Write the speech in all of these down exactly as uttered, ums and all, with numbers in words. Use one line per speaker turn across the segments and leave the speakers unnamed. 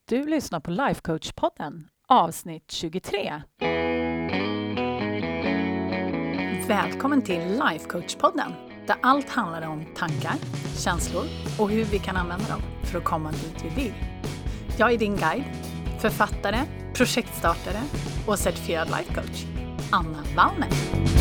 Du lyssnar på Lifecoach-podden, avsnitt tjugotre. Välkommen till Lifecoach-podden, där allt handlar om tankar, känslor och hur vi kan använda dem för att komma dit vi vill. Jag är din guide, författare, projektstartare och certifierad lifecoach, Anna Wallner.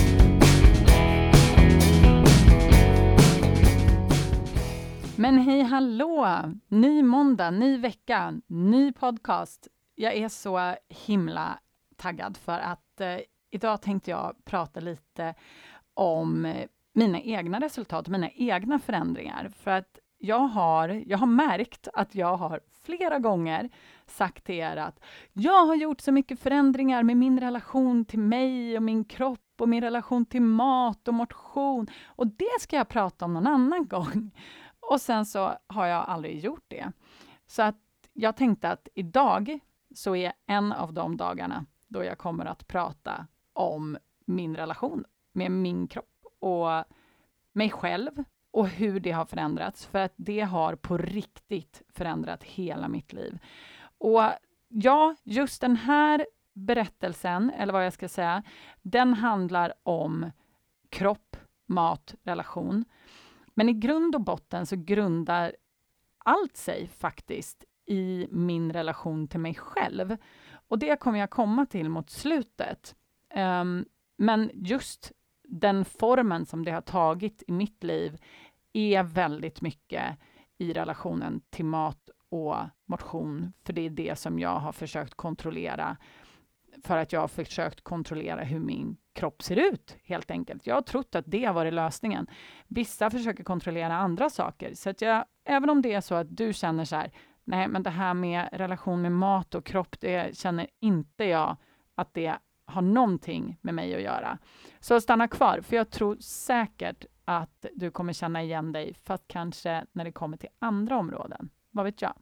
Men hej hallå! Ny måndag, ny vecka, ny podcast. Jag är så himla taggad för att eh, idag tänkte jag prata lite om mina egna resultat, mina egna förändringar. För att jag har, jag har märkt att jag har flera gånger sagt till er att jag har gjort så mycket förändringar med min relation till mig och min kropp och min relation till mat och motion. Och det ska jag prata om någon annan gång. Och sen så har jag aldrig gjort det. Så att jag tänkte att idag så är en av de dagarna då jag kommer att prata om min relation med min kropp och mig själv och hur det har förändrats. För att det har på riktigt förändrat hela mitt liv. Och ja, just den här berättelsen, eller vad jag ska säga, den handlar om kropp, mat, relation. Men i grund och botten så grundar allt sig faktiskt i min relation till mig själv. Och det kommer jag komma till mot slutet. Um, men just den formen som det har tagit i mitt liv är väldigt mycket i relationen till mat och motion. För det är det som jag har försökt kontrollera. För att jag har försökt kontrollera hur min kropp ser ut, helt enkelt. Jag har trott att det har varit lösningen. Vissa försöker kontrollera andra saker. Så att jag, även om det är så att du känner så här, nej men det här med relation med mat och kropp, det känner inte jag att det har någonting med mig att göra. Så stanna kvar, för jag tror säkert att du kommer känna igen dig, fast kanske när det kommer till andra områden. Vad vet jag?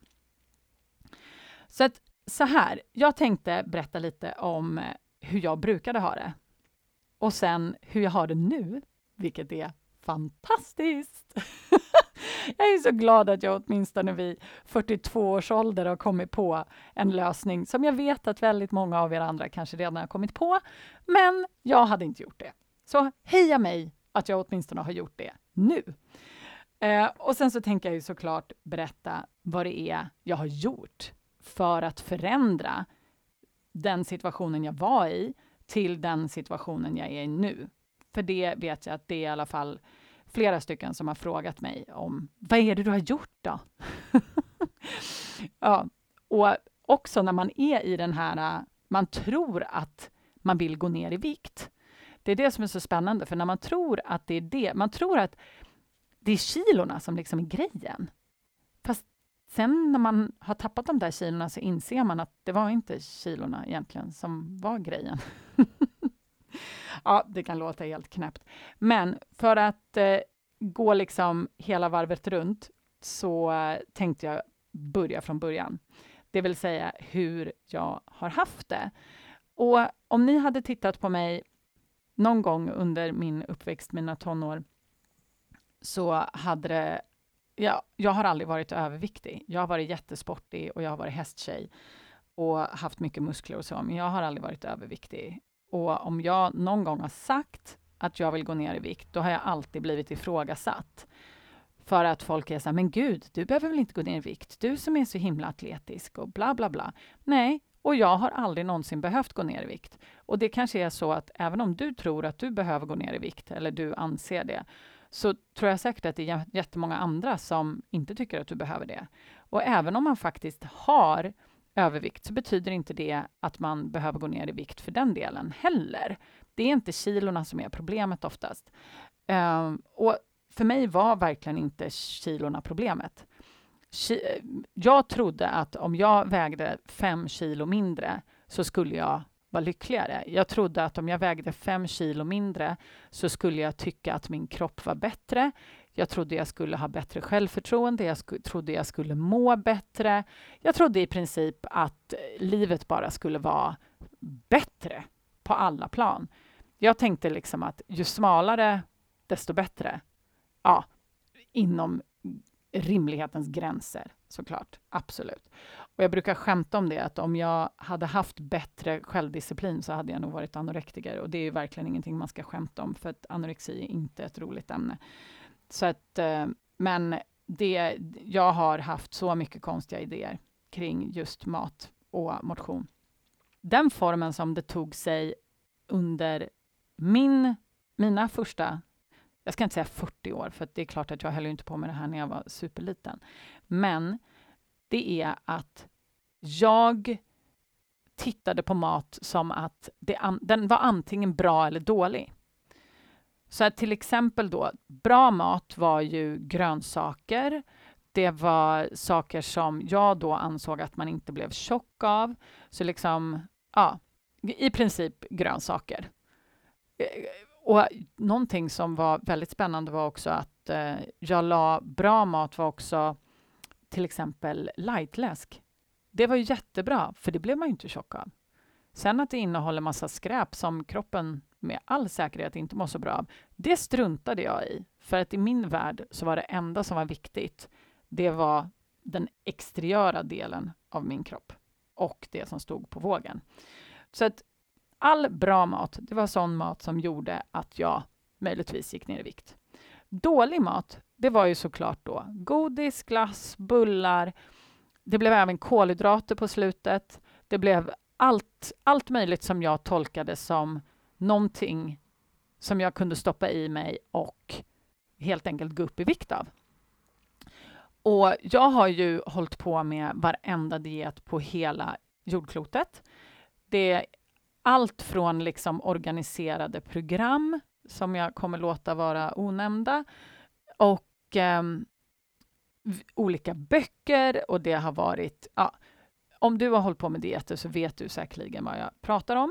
Så att så här, jag tänkte berätta lite om hur jag brukade ha det. Och sen hur jag har det nu, vilket är fantastiskt. Jag är så glad att jag åtminstone vid fyrtiotvå års ålder har kommit på en lösning som jag vet att väldigt många av er andra kanske redan har kommit på. Men jag hade inte gjort det. Så heja mig att jag åtminstone har gjort det nu. Eh, och sen så tänker jag ju såklart berätta vad det är jag har gjort för att förändra den situationen jag var i till den situationen jag är i nu. För det vet jag att det är i alla fall flera stycken som har frågat mig om vad är det du har gjort då? Ja, och också när man är i den här, man tror att man vill gå ner i vikt. Det är det som är så spännande, för när man tror att det är det, man tror att det är kilorna som liksom är grejen. Fast sen när man har tappat de där kilorna så inser man att det var inte kilorna egentligen som var grejen. Ja, det kan låta helt knäppt. Men för att eh, gå liksom hela varvet runt så eh, tänkte jag börja från början. Det vill säga hur jag har haft det. Och om ni hade tittat på mig någon gång under min uppväxt, mina tonår, så hade det Ja, jag har aldrig varit överviktig. Jag har varit jättesportig och jag har varit hästtjej och haft mycket muskler och så, men jag har aldrig varit överviktig. Och om jag någon gång har sagt att jag vill gå ner i vikt, då har jag alltid blivit ifrågasatt. För att folk är så här, men gud, du behöver väl inte gå ner i vikt? Du som är så himla atletisk och bla bla bla. Nej, och jag har aldrig någonsin behövt gå ner i vikt. Och det kanske är så att även om du tror att du behöver gå ner i vikt, eller du anser det, så tror jag säkert att det är jättemånga andra som inte tycker att du behöver det. Och även om man faktiskt har övervikt så betyder inte det att man behöver gå ner i vikt för den delen heller. Det är inte kilorna som är problemet oftast. Um, och för mig var verkligen inte kilorna problemet. Ki- jag trodde att om jag vägde fem kilo mindre så skulle jag var lyckligare. Jag trodde att om jag vägde fem kilo mindre så skulle jag tycka att min kropp var bättre. Jag trodde jag skulle ha bättre självförtroende. Jag sk- trodde jag skulle må bättre. Jag trodde i princip att livet bara skulle vara bättre på alla plan. Jag tänkte liksom att ju smalare desto bättre. Ja, inom rimlighetens gränser, såklart. Absolut. Och jag brukar skämta om det, att om jag hade haft bättre självdisciplin så hade jag nog varit anorektiker. Och det är ju verkligen ingenting man ska skämta om, för att anorexi är inte ett roligt ämne. Så att, men det, jag har haft så mycket konstiga idéer kring just mat och motion. Den formen som det tog sig under min, mina första, jag ska inte säga fyrtio år, för det är klart att jag höll inte på med det här när jag var superliten. Men det är att jag tittade på mat som att det, den var antingen bra eller dålig. Så att till exempel då, bra mat var ju grönsaker. Det var saker som jag då ansåg att man inte blev tjock av. Så liksom, ja, i princip grönsaker. Och någonting som var väldigt spännande var också att eh, jag la bra mat var också till exempel lightläsk. Det var ju jättebra, för det blev man ju inte tjock av. Sen att det innehåller massa skräp som kroppen med all säkerhet inte mår så bra av, det struntade jag i. För att i min värld så var det enda som var viktigt, det var den exteriöra delen av min kropp och det som stod på vågen. Så att all bra mat, det var sån mat som gjorde att jag möjligtvis gick ner i vikt. Dålig mat, det var ju såklart då godis, glass, bullar. Det blev även kolhydrater på slutet. Det blev allt, allt möjligt som jag tolkade som någonting som jag kunde stoppa i mig och helt enkelt gå upp i vikt av. Och jag har ju hållit på med varenda diet på hela jordklotet. Det är allt från liksom organiserade program som jag kommer låta vara onämnda och eh, olika böcker, och det har varit, ja, om du har hållit på med dieter så vet du säkerligen vad jag pratar om.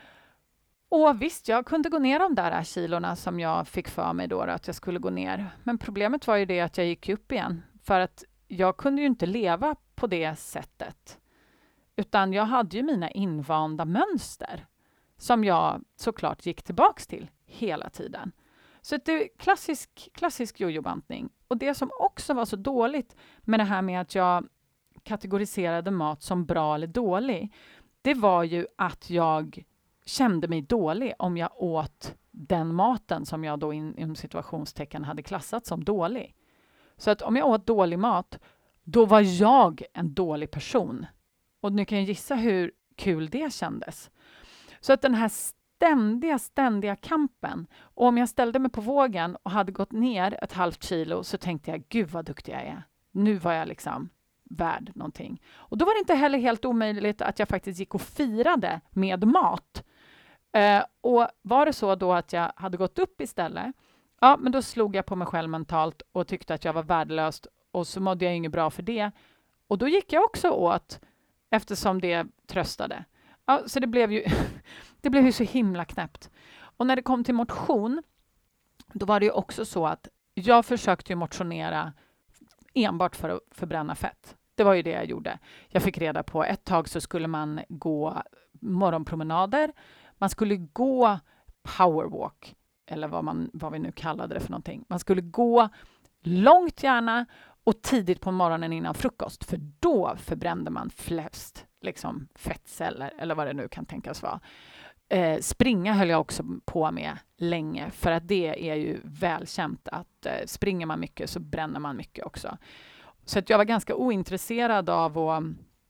Och visst, jag kunde gå ner de där kilorna som jag fick för mig då, att jag skulle gå ner. Men problemet var ju det att jag gick upp igen, för att jag kunde ju inte leva på det sättet. Utan jag hade ju mina invanda mönster som jag såklart gick tillbaks till hela tiden. Så det är klassisk, klassisk jojobantning. Och det som också var så dåligt med det här med att jag kategoriserade mat som bra eller dålig, det var ju att jag kände mig dålig om jag åt den maten som jag då in, inom situationstecken hade klassat som dålig. Så att om jag åt dålig mat, då var jag en dålig person. Och nu kan jag gissa hur kul det kändes. Så att den här ständiga, ständiga kampen. Och om jag ställde mig på vågen och hade gått ner ett halvt kilo, så tänkte jag, gud vad duktig jag är. Nu var jag liksom värd någonting. Och då var det inte heller helt omöjligt att jag faktiskt gick och firade med mat. Uh, och var det så då att jag hade gått upp istället, ja, men då slog jag på mig själv mentalt och tyckte att jag var värdelös, och så mådde jag inget bra för det. Och då gick jag också åt, eftersom det tröstade. Ja, så det blev ju det blev ju så himla knäppt. Och när det kom till motion, då var det ju också så att jag försökte ju motionera enbart för att förbränna fett. Det var ju det jag gjorde. Jag fick reda på ett tag så skulle man gå morgonpromenader. Man skulle gå powerwalk, eller vad, man, vad vi nu kallade det för någonting. Man skulle gå långt gärna och tidigt på morgonen innan frukost, för då förbrände man flest liksom, fettceller, eller vad det nu kan tänkas vara. Eh, springa höll jag också på med länge, för att det är ju välkänt att eh, springer man mycket så bränner man mycket också. Så att jag var ganska ointresserad av att,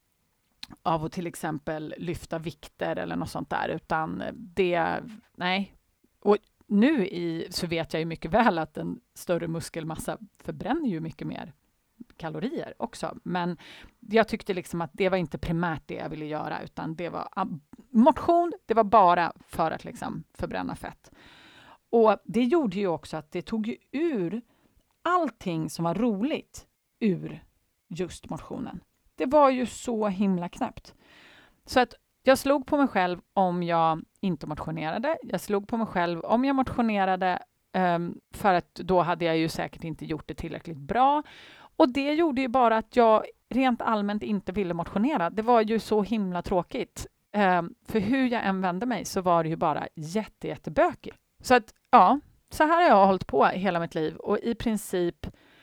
av att till exempel lyfta vikter eller något sånt där, utan det, nej. Och nu i, så vet jag ju mycket väl att en större muskelmassa förbränner ju mycket mer kalorier också. Men jag tyckte liksom att det var inte primärt det jag ville göra, utan det var motion, det var bara för att liksom förbränna fett. Och det gjorde ju också att det tog ju ur allting som var roligt ur just motionen. Det var ju så himla knäppt. Så att jag slog på mig själv om jag inte motionerade. Jag slog på mig själv om jag motionerade, um, för att då hade jag ju säkert inte gjort det tillräckligt bra. Och det gjorde ju bara att jag rent allmänt inte ville motionera. Det var ju så himla tråkigt. Um, för hur jag än vände mig så var det ju bara jätte, jättebökigt. Så att ja, så här har jag hållit på hela mitt liv. Och i princip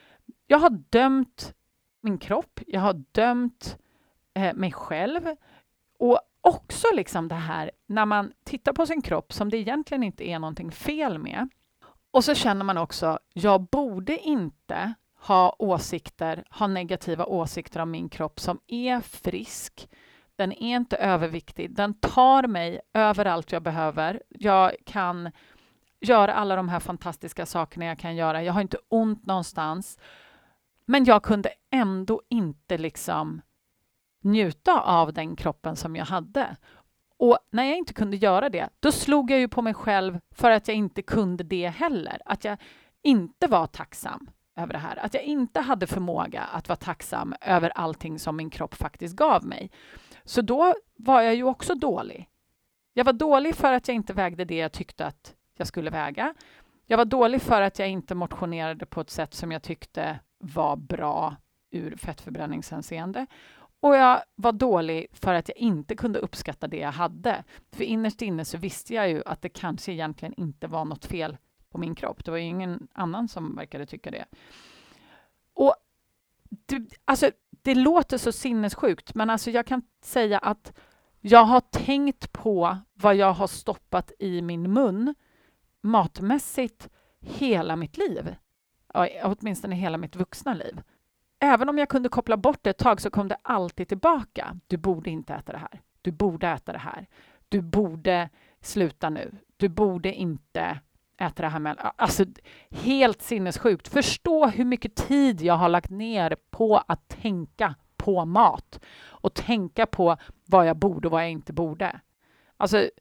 jag har dömt min kropp, jag har dömt eh, mig själv. Och också liksom det här när man tittar på sin kropp som det egentligen inte är någonting fel med. Och så känner man också, jag borde inte ha åsikter, ha negativa åsikter om min kropp som är frisk. Den är inte överviktig. Den tar mig överallt jag behöver. Jag kan göra alla de här fantastiska sakerna jag kan göra. Jag har inte ont någonstans. Men jag kunde ändå inte liksom njuta av den kroppen som jag hade. Och när jag inte kunde göra det, då slog jag ju på mig själv för att jag inte kunde det heller. Att jag inte var tacksam över det här. Att jag inte hade förmåga att vara tacksam över allting som min kropp faktiskt gav mig. Så då var jag ju också dålig. Jag var dålig för att jag inte vägde det jag tyckte att jag skulle väga. Jag var dålig för att jag inte motionerade på ett sätt som jag tyckte var bra ur fettförbränningshänseende. Och jag var dålig för att jag inte kunde uppskatta det jag hade. För innerst inne så visste jag ju att det kanske egentligen inte var något fel på min kropp. Det var ju ingen annan som verkade tycka det. Och det, alltså, det låter så sinnessjukt, men alltså jag kan säga att jag har tänkt på vad jag har stoppat i min mun matmässigt hela mitt liv. Ja, åtminstone hela mitt vuxna liv. Även om jag kunde koppla bort det ett tag så kom det alltid tillbaka. Du borde inte äta det här. Du borde äta det här. Du borde sluta nu. Du borde inte äta det här med... Alltså, helt sinnessjukt. Förstå hur mycket tid jag har lagt ner på att tänka på mat. Och tänka på vad jag borde och vad jag inte borde. Alltså,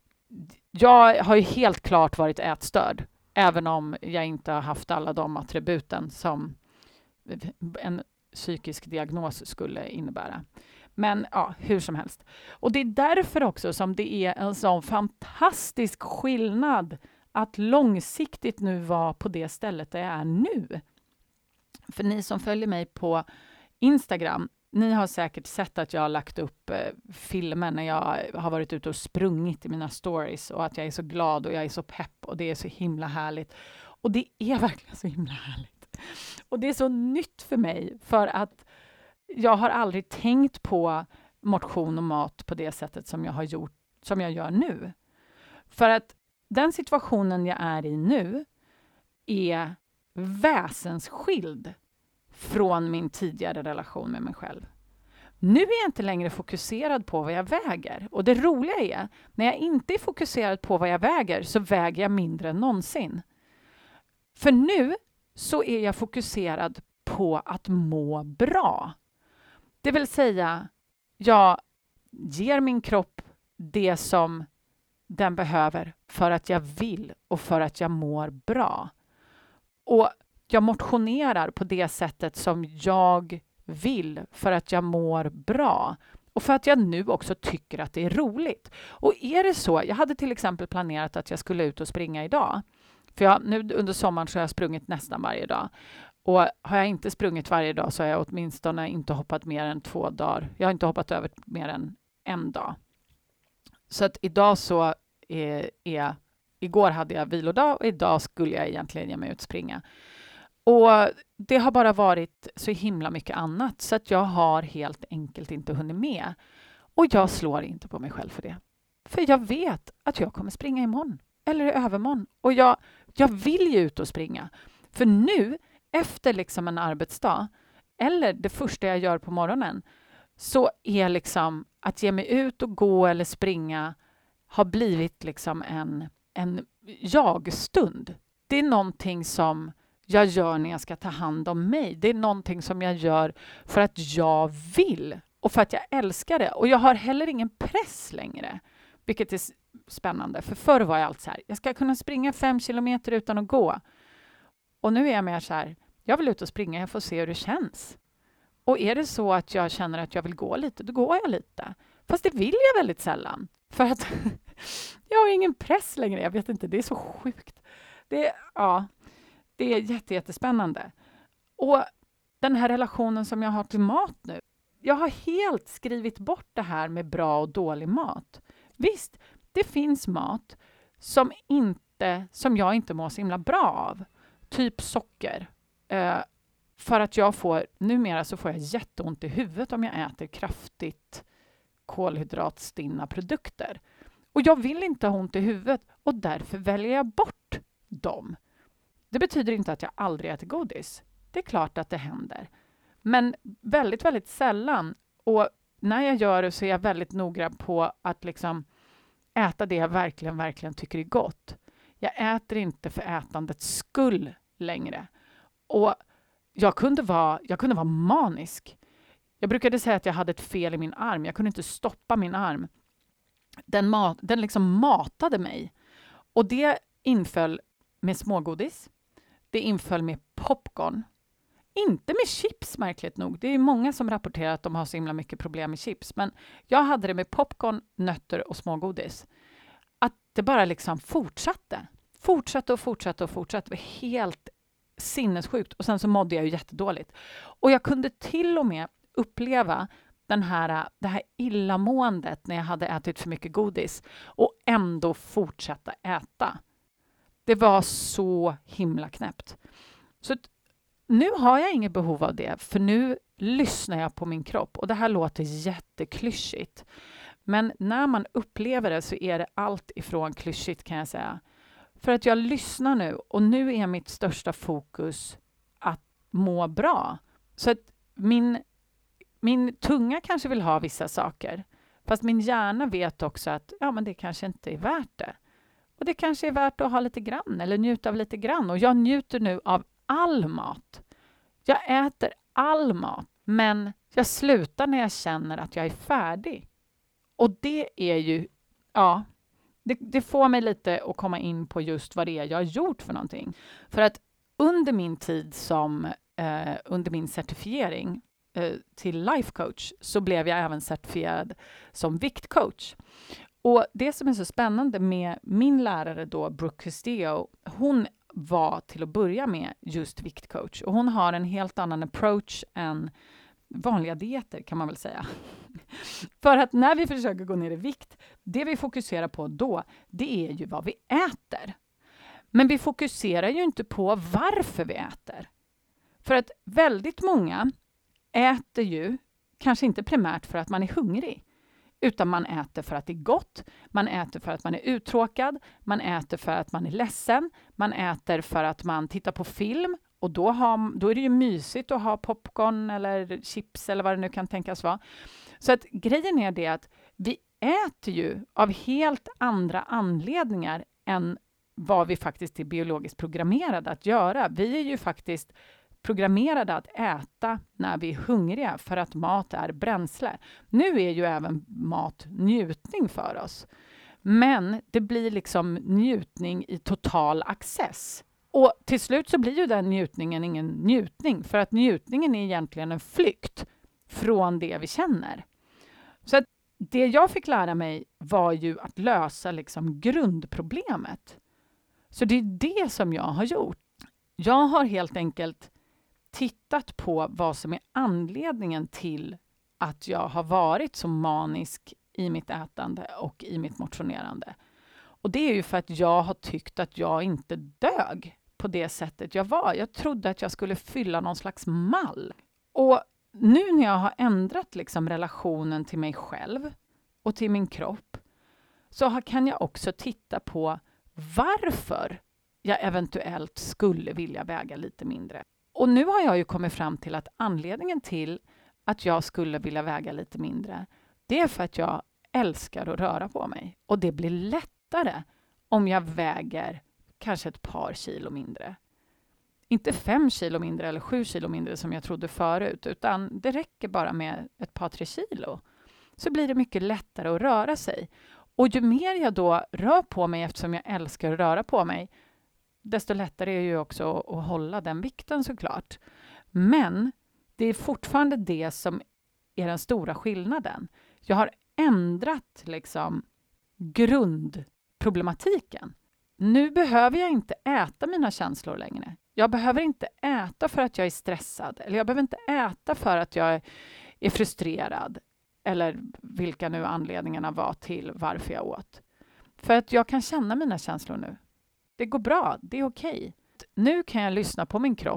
jag har ju helt klart varit ätstörd. Även om jag inte har haft alla de attributen som en psykisk diagnos skulle innebära. Men ja, hur som helst. Och det är därför också som det är en sån fantastisk skillnad att långsiktigt nu vara på det stället där jag är nu. För ni som följer mig på Instagram, ni har säkert sett att jag har lagt upp eh, filmer när jag har varit ute och sprungit i mina stories och att jag är så glad och jag är så pepp och det är så himla härligt. Och det är verkligen så himla härligt. Och det är så nytt för mig för att jag har aldrig tänkt på motion och mat på det sättet som jag har gjort, som jag gör nu. För att den situationen jag är i nu är väsensskild från min tidigare relation med mig själv. Nu är jag inte längre fokuserad på vad jag väger. Och det roliga är, när jag inte är fokuserad på vad jag väger så väger jag mindre än någonsin. För nu så är jag fokuserad på att må bra. Det vill säga, jag ger min kropp det som den behöver för att jag vill och för att jag mår bra. Och jag motionerar på det sättet som jag vill för att jag mår bra. Och för att jag nu också tycker att det är roligt. Och är det så, jag hade till exempel planerat att jag skulle ut och springa idag. För jag, nu under sommaren så har jag sprungit nästan varje dag. Och har jag inte sprungit varje dag så har jag åtminstone inte hoppat mer än två dagar. Jag har inte hoppat över mer än en dag. Så att idag så är, är igår hade jag vilodag och idag skulle jag egentligen ge mig ut och springa. Och det har bara varit så himla mycket annat så att jag har helt enkelt inte hunnit med. Och jag slår inte på mig själv för det. För jag vet att jag kommer springa imorgon eller i övermorgon. Och jag, jag vill ju ut och springa. För nu, efter liksom en arbetsdag eller det första jag gör på morgonen så är liksom att ge mig ut och gå eller springa har blivit liksom en, en jag-stund. Det är någonting som jag gör när jag ska ta hand om mig. Det är någonting som jag gör för att jag vill och för att jag älskar det. Och jag har heller ingen press längre, vilket är spännande. För förr var jag allt så här, jag ska kunna springa fem kilometer utan att gå. Och nu är jag mer så här, jag vill ut och springa, jag får se hur det känns. Och är det så att jag känner att jag vill gå lite, då går jag lite. Fast det vill jag väldigt sällan. För att jag har ingen press längre, jag vet inte, det är så sjukt. Det, ja, det är jätte, jättespännande. Och den här relationen som jag har till mat nu, jag har helt skrivit bort det här med bra och dålig mat. Visst, det finns mat som, inte, som jag inte mår så himla bra av. Typ socker. Eh, För att jag får, numera så får jag jätteont i huvudet om jag äter kraftigt kolhydratstinna produkter. Och jag vill inte ha ont i huvudet och därför väljer jag bort dem. Det betyder inte att jag aldrig äter godis. Det är klart att det händer. Men väldigt, väldigt sällan. Och när jag gör det så är jag väldigt noggrann på att liksom äta det jag verkligen, verkligen tycker är gott. Jag äter inte för ätandets skull längre. Och jag kunde vara, jag kunde vara manisk. Jag brukade säga att jag hade ett fel i min arm. Jag kunde inte stoppa min arm. Den, mat, den liksom matade mig. Och det inföll med smågodis. Det inföll med popcorn. Inte med chips, märkligt nog. Det är många som rapporterar att de har så himla mycket problem med chips. Men jag hade det med popcorn, nötter och smågodis. Att det bara liksom fortsatte. Fortsatte och fortsatte och fortsatte. Det var helt sinnessjukt. Och sen så mådde jag ju jättedåligt. Och jag kunde till och med uppleva den här, det här illamåendet när jag hade ätit för mycket godis. Och ändå fortsätta äta. Det var så himla knäppt. Så nu har jag inget behov av det, för nu lyssnar jag på min kropp. Och det här låter jätteklyschigt. Men när man upplever det så är det allt ifrån klyschigt, kan jag säga. För att jag lyssnar nu och nu är mitt största fokus att må bra. Så att min, min tunga kanske vill ha vissa saker. Fast min hjärna vet också att ja, men det kanske inte är värt det. Och det kanske är värt att ha lite grann eller njuta av lite grann. Och jag njuter nu av all mat. Jag äter all mat, men jag slutar när jag känner att jag är färdig. Och det är ju, ja, det, det får mig lite att komma in på just vad det är jag har gjort för någonting. För att under min tid som, eh, under min certifiering eh, till life coach så blev jag även certifierad som viktcoach. Och det som är så spännande med min lärare då, Brooke Castillo, hon var till att börja med just viktcoach. Och hon har en helt annan approach än vanliga dieter, kan man väl säga. För att när vi försöker gå ner i vikt, det vi fokuserar på då, det är ju vad vi äter. Men vi fokuserar ju inte på varför vi äter. För att väldigt många äter ju, kanske inte primärt för att man är hungrig, utan man äter för att det är gott, man äter för att man är uttråkad, man äter för att man är ledsen, man äter för att man tittar på film och då, har, då är det ju mysigt att ha popcorn eller chips eller vad det nu kan tänkas vara. Så att grejen är det att vi äter ju av helt andra anledningar än vad vi faktiskt är biologiskt programmerade att göra. Vi är ju faktiskt programmerade att äta när vi är hungriga för att mat är bränsle. Nu är ju även mat njutning för oss. Men det blir liksom njutning i total access. Och till slut så blir ju den njutningen ingen njutning. För att njutningen är egentligen en flykt från det vi känner. Så att det jag fick lära mig var ju att lösa liksom grundproblemet. Så det är det som jag har gjort. Jag har helt enkelt tittat på vad som är anledningen till att jag har varit så manisk i mitt ätande och i mitt motionerande. Och det är ju för att jag har tyckt att jag inte dög på det sättet jag var. Jag trodde att jag skulle fylla någon slags mall. Och nu när jag har ändrat liksom relationen till mig själv och till min kropp så kan jag också titta på varför jag eventuellt skulle vilja väga lite mindre. Och nu har jag ju kommit fram till att anledningen till att jag skulle vilja väga lite mindre, det är för att jag älskar att röra på mig. Och det blir lättare om jag väger kanske ett par kilo mindre. Inte fem kilo mindre eller sju kilo mindre som jag trodde förut, utan det räcker bara med ett par tre kilo. Så blir det mycket lättare att röra sig. Och ju mer jag då rör på mig, eftersom jag älskar att röra på mig, desto lättare är det ju också att hålla den vikten såklart. Men det är fortfarande det som är den stora skillnaden. Jag har ändrat liksom grundproblematiken. Nu behöver jag inte äta mina känslor längre. Jag behöver inte äta för att jag är stressad. Eller jag behöver inte äta för att jag är frustrerad. Eller vilka nu anledningarna var till varför jag åt. För att jag kan känna mina känslor nu. Det går bra, det är okej. Nu kan jag lyssna på min kropp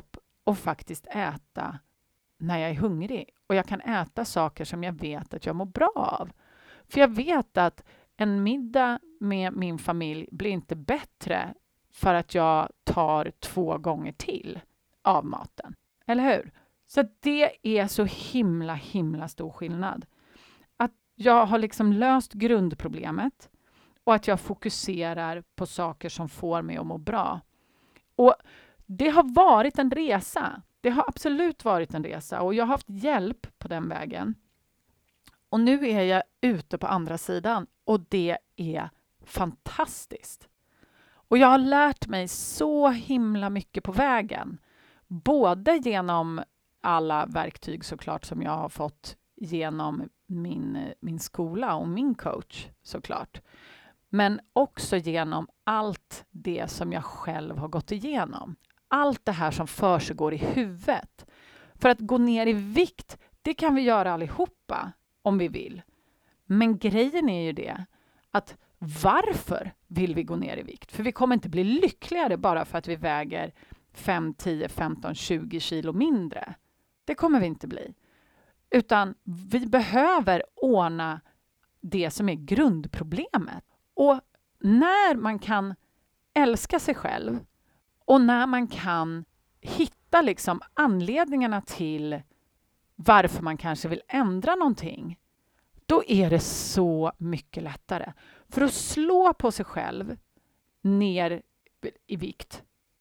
och faktiskt äta när jag är hungrig. Och jag kan äta saker som jag vet att jag mår bra av. För jag vet att en middag med min familj blir inte bättre för att jag tar två gånger till av maten. Eller hur? Så det är så himla, himla stor skillnad. Att jag har liksom löst grundproblemet och att jag fokuserar på saker som får mig att må bra. Och det har varit en resa. Det har absolut varit en resa och jag har haft hjälp på den vägen. Och nu är jag ute på andra sidan och det är fantastiskt. Och jag har lärt mig så himla mycket på vägen. Både genom alla verktyg såklart som jag har fått genom min, min skola och min coach såklart. Men också genom allt det som jag själv har gått igenom. Allt det här som försiggår i huvudet. För att gå ner i vikt, det kan vi göra allihopa om vi vill. Men grejen är ju det att varför vill vi gå ner i vikt? För vi kommer inte bli lyckligare bara för att vi väger fem, tio, femton, tjugo kilo mindre. Det kommer vi inte bli. Utan vi behöver ordna det som är grundproblemet. Och när man kan älska sig själv och när man kan hitta liksom anledningarna till varför man kanske vill ändra någonting, då är det så mycket lättare. För att slå på sig själv ner i vikt,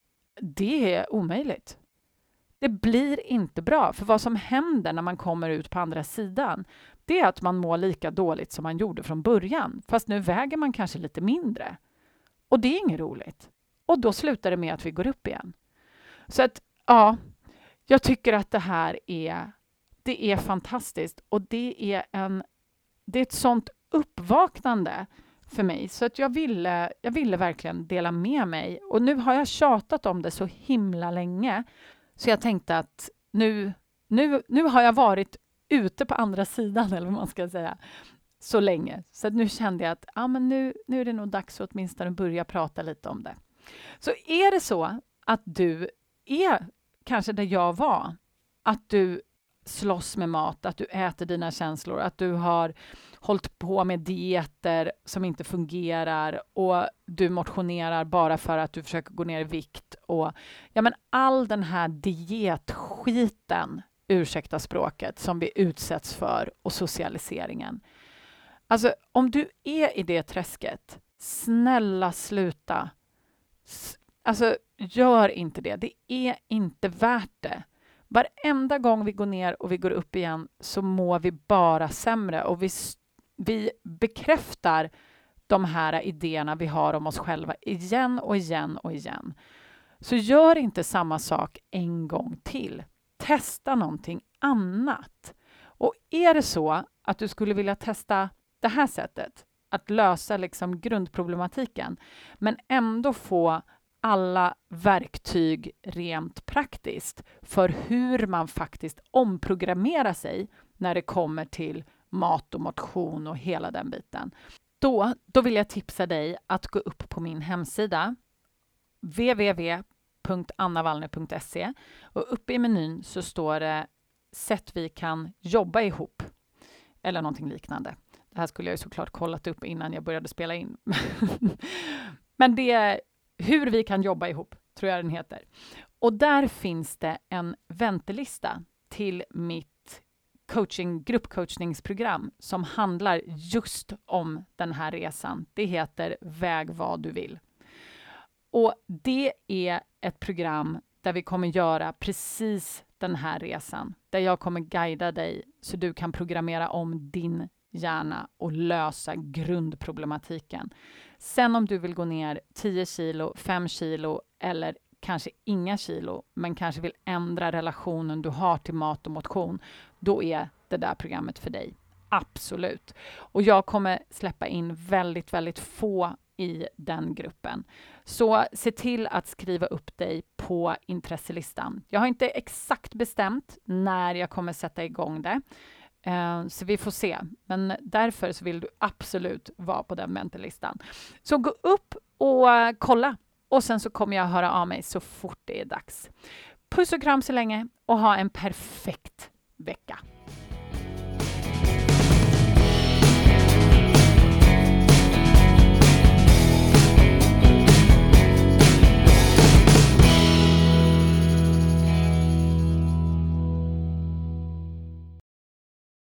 det är omöjligt. Det blir inte bra. För vad som händer när man kommer ut på andra sidan, det är att man mår lika dåligt som man gjorde från början. Fast nu väger man kanske lite mindre. Och det är inget roligt. Och då slutar det med att vi går upp igen. Så att, ja, jag tycker att det här är, det är fantastiskt. Och det är, en, det är ett sånt uppvaknande för mig. Så att jag ville, jag ville verkligen dela med mig. Och nu har jag tjatat om det så himla länge. Så jag tänkte att nu, nu, nu har jag varit ute på andra sidan, eller vad man ska säga, så länge. Så att nu kände jag att ja, men nu, nu är det nog dags att åtminstone börja prata lite om det. Så är det så att du är kanske där jag var, att du slåss med mat, att du äter dina känslor, att du har hållit på med dieter som inte fungerar och du motionerar bara för att du försöker gå ner i vikt och ja, men all den här dietskiten, ursäkta språket, som vi utsätts för och socialiseringen. Alltså om du är i det träsket, snälla sluta. Alltså gör inte det. Det är inte värt det. Varenda gång vi går ner och vi går upp igen så mår vi bara sämre och vi, vi bekräftar de här idéerna vi har om oss själva igen och igen och igen. Så gör inte samma sak en gång till. Testa någonting annat. Och är det så att du skulle vilja testa det här sättet, att lösa liksom grundproblematiken, men ändå få alla verktyg rent praktiskt för hur man faktiskt omprogrammerar sig när det kommer till mat och motion och hela den biten. Då, då vill jag tipsa dig att gå upp på min hemsida w w w punkt anna wallner punkt se och uppe i menyn så står det sätt vi kan jobba ihop eller någonting liknande. Det här skulle jag ju såklart kollat upp innan jag började spela in. Men det är hur vi kan jobba ihop, tror jag den heter. Och där finns det en väntelista till mitt coaching, gruppcoachningsprogram som handlar just om den här resan. Det heter Väg vad du vill. Och det är ett program där vi kommer göra precis den här resan. Där jag kommer guida dig så du kan programmera om din hjärna och lösa grundproblematiken. Sen om du vill gå ner tio kilo, fem kilo eller kanske inga kilo, men kanske vill ändra relationen du har till mat och motion, då är det där programmet för dig. Absolut. Och jag kommer släppa in väldigt, väldigt få i den gruppen. Så se till att skriva upp dig på intresselistan. Jag har inte exakt bestämt när jag kommer sätta igång det. Så vi får se. Men därför så vill du absolut vara på den väntelistan. Så gå upp och kolla. Och sen så kommer jag höra av mig så fort det är dags. Puss och kram så länge och ha en perfekt vecka.